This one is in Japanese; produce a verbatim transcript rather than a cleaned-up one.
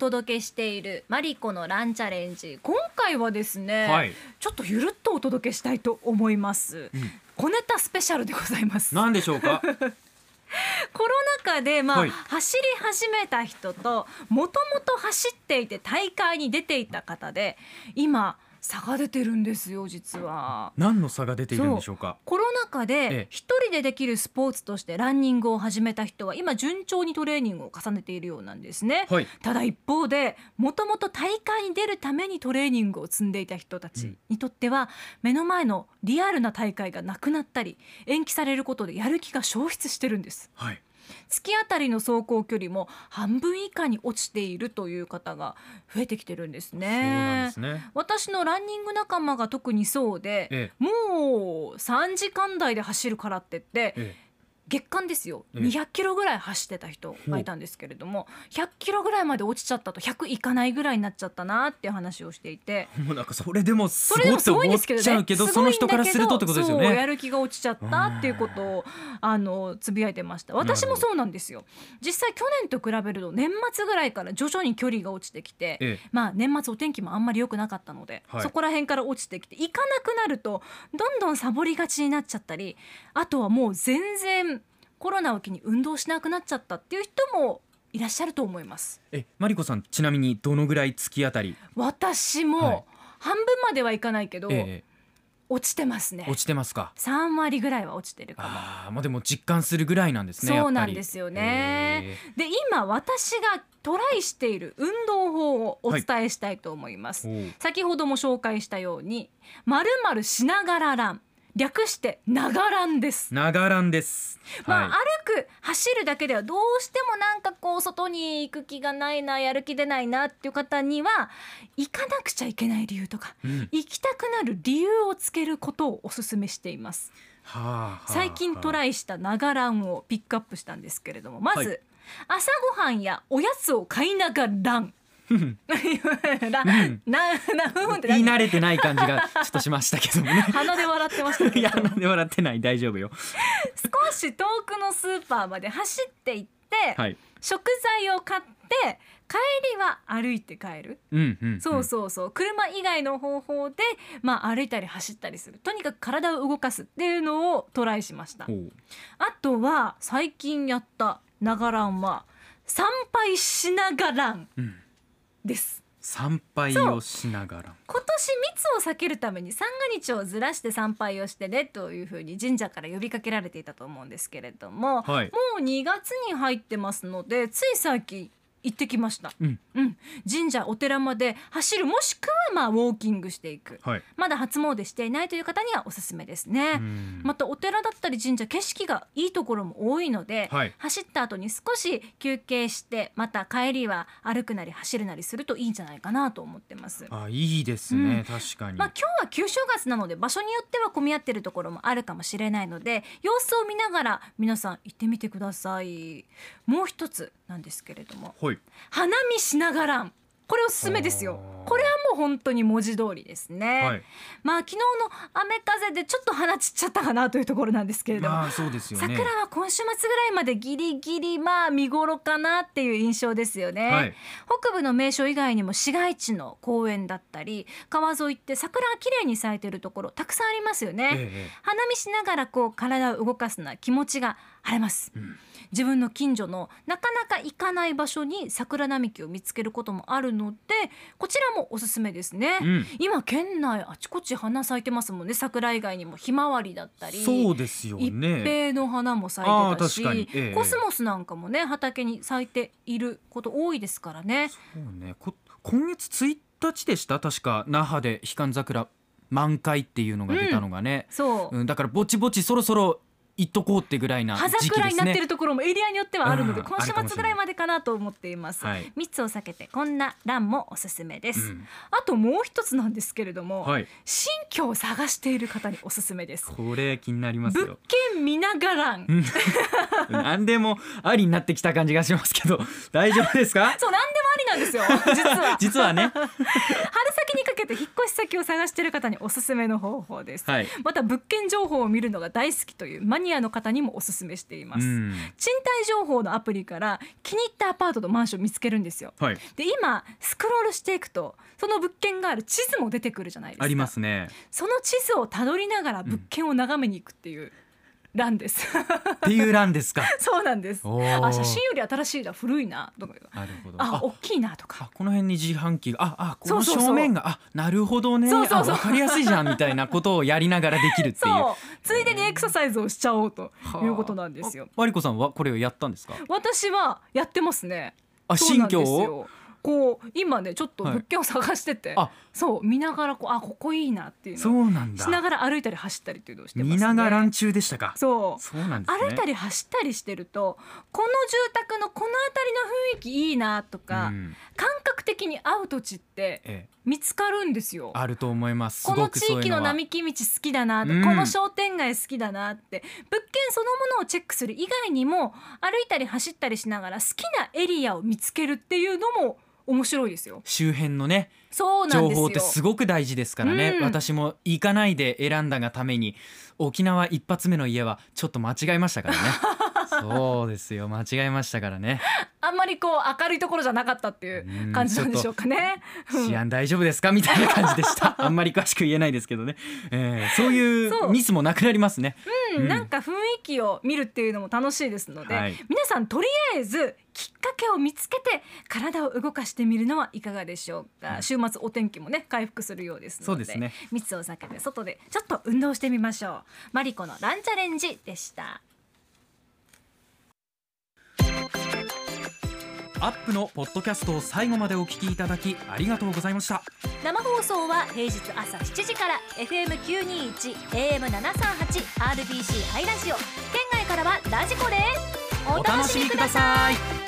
届けしているマリコのランチャレンジ、今回はですね、 はい、 ちょっとゆるっとお届けしたいと思います、うん、小ネタスペシャルでございます。 何でしょうかコロナ禍で、まあはい、 走り始めた人ともともと走っていて大会に出ていた方で今差が出てるんですよ。実は何の差が出ているんでしょうか。 コロナ禍で一人でできるスポーツとしてランニングを始めた人は今順調にトレーニングを重ねているようなんですね、はい、ただ一方でもともと大会に出るためにトレーニングを積んでいた人たちにとっては、目の前のリアルな大会がなくなったり延期されることでやる気が消失してるんです、はい、月あたりの走行距離も半分以下に落ちているという方が増えてきてるんですね。そうなんですね。私のランニング仲間が特にそうで、ええ、もうさんじかん台で走るからって言って、ええ、月間ですよ、ええ、にひゃっキロぐらい走ってた人がいたんですけれども、ひゃっキロぐらいまで落ちちゃったとひゃくいかないぐらいになっちゃったなっていう話をしていて、 もうなんかそれでもすごいって思っちゃうけど、その人からするとってことですよね。 そうやる気が落ちちゃったっていうことをあのつぶやいてました。私もそうなんですよ。実際去年と比べると年末ぐらいから徐々に距離が落ちてきて、ええ、まあ年末お天気もあんまり良くなかったので、はい、そこら辺から落ちてきて行かなくなるとどんどんサボりがちになっちゃったり、あとはもう全然コロナを機に運動しなくなっちゃったっていう人もいらっしゃると思います。 え、マリコさんちなみにどのぐらい月あたり？ 私も半分まではいかないけど、ええ、落ちてますね。 落ちてますか。 さんわりぐらいは落ちてるかも。 あ、まあ、でも実感するぐらいなんですね。 そうなんですよね。で今私がトライしている運動法をお伝えしたいと思います、はい、先ほども紹介したように〇〇しながらラン、略してながらんです。 ながらんです、 まあ、はい、歩く走るだけではどうしてもなんかこう外に行く気がないな、やる気出ないなっていう方には行かなくちゃいけない理由とか、うん、行きたくなる理由をつけることをお勧めしています、はあはあ、最近トライしたながらんをピックアップしたんですけれども、まず、はい、朝ごはんやおやつを買いながらんななな言い慣れてない感じがちょっとしましたけどもね鼻で笑ってましたけどいや鼻で笑ってない、大丈夫よ少し遠くのスーパーまで走って行って、はい、食材を買って帰りは歩いて帰る、うんうんうん、そうそうそう、車以外の方法で、まあ、歩いたり走ったりする、とにかく体を動かすっていうのをトライしました。あとは最近やったながらんは参拝しながらん、うんです。 参拝をしながら、 今年密を避けるために三が日をずらして参拝をしてねというふうに神社から呼びかけられていたと思うんですけれども、はい、もうにがつに入ってますので、つい最近行ってきました、うんうん、神社お寺まで走る、もしくはまあウォーキングしていく、はい、まだ初詣していないという方にはおすすめですね。またお寺だったり神社、景色がいいところも多いので、はい、走った後に少し休憩してまた帰りは歩くなり走るなりするといいんじゃないかなと思ってます。 あ、いいですね、うん、確かに、 まあ、今日は旧正月なので場所によっては混み合ってるところもあるかもしれないので、様子を見ながら皆さん行ってみてください。もう一つなんですけれども、はい、花見しながらん、これおすすめですよ。これはもう本当に文字通りですね、はい、まあ昨日の雨風でちょっと花散っちゃったかなというところなんですけれども、まあそうですよね、桜は今週末ぐらいまでギリギリまあ見頃かなっていう印象ですよね、はい、北部の名所以外にも市街地の公園だったり川沿いって桜が綺麗に咲いてるところたくさんありますよね、ええ、花見しながらこう体を動かすのは気持ちが晴れます、うん、自分の近所のなかなか行かない場所に桜並木を見つけることもあるので、こちらもおすすめですね、うん、今県内あちこち花咲いてますもんね。桜以外にもひまわりだったり、 そうですよね、 一平の花も咲いてたし、 ええ、 コスモスなんかもね畑に咲いていること多いですからね。 そうね、こ今月ついたちでした確か、那覇でひかん桜満開っていうのが出たのがね、うん、そう、うん、だからぼちぼちそろそろ行っとこうってぐらいな時期ですね。 葉桜になってるところもエリアによってはあるので、うん、今週末ぐらいまでかなと思っています、はい、密を避けてこんなランもおすすめです、うん、あともう一つなんですけれども、はい、新居を探している方におすすめです。 これ気になりますよ。 物件見ながらん何でもありになってきた感じがしますけど大丈夫ですか？ そう、何でもありなんですよ実は実はね春先にかけけて引っ越し先を探している方におすすめの方法です、 はい、 また物件情報を見るのが大好きというマニアの方にもおすすめしています。賃貸情報のアプリから気に入ったアパートとマンション見つけるんですよ、はい、で今スクロールしていくとその物件がある地図も出てくるじゃないですか。 ありますね。 その地図をたどりながら物件を眺めに行くっていう、うん欄ですっていう欄ですか。 そうなんです。あ、写真より新しいな、古いなとか、 なるほど、 あ、大きいなとか、 この辺に自販機が、ああ、この正面が、あ、なるほどね、そうそうそう、あ、分かりやすいじゃんみたいなことをやりながらできるっていうそうついでにエクササイズをしちゃおうということなんですよ。 マリコさんはこれをやったんですか？ 私はやってますね。 あ、新居をこう今ねちょっと物件を探してて、はい、そう見ながらこう、あ、ここいいなっていうのをしながら歩いたり走ったりっていうのをしてますね。 見ながらん中でしたか。 そう、 そうなんですね。 歩いたり走ったりしてるとこの住宅のこの辺りの雰囲気いいなとか、うん、感覚的に合う土地って見つかるんですよ、 ええ、あると思います。 この地域の並木道好きだなと、うん、この商店街好きだなって、物件そのものをチェックする以外にも歩いたり走ったりしながら好きなエリアを見つけるっていうのも面白いですよ。 周辺のね、 そうなんですよ、 情報ってすごく大事ですからね、うん、私も行かないで選んだがために沖縄一発目の家はちょっと間違えましたからねそうですよ、間違えましたからね。 あんまりこう明るいところじゃなかったっていう感じなんでしょうかね。 治安大丈夫ですかみたいな感じでしたあんまり詳しく言えないですけどね、えー、そういうミスもなくなりますね。 うん、うん、なんか雰囲気を見るっていうのも楽しいですので、はい、皆さんとりあえずきっかけを見つけて体を動かしてみるのはいかがでしょうか、うん、週末お天気もね回復するようですので、 そうですね、 密を避けて外でちょっと運動してみましょう。マリコのランチャレンジでした。 アップのポッドキャストを最後までお聞きいただきありがとうございました。 生放送は平日朝しちじから エフエムきゅうにーいち エーエムななさんはち アールビーシー ハイラジオ、県外からはラジコです。お楽しみください。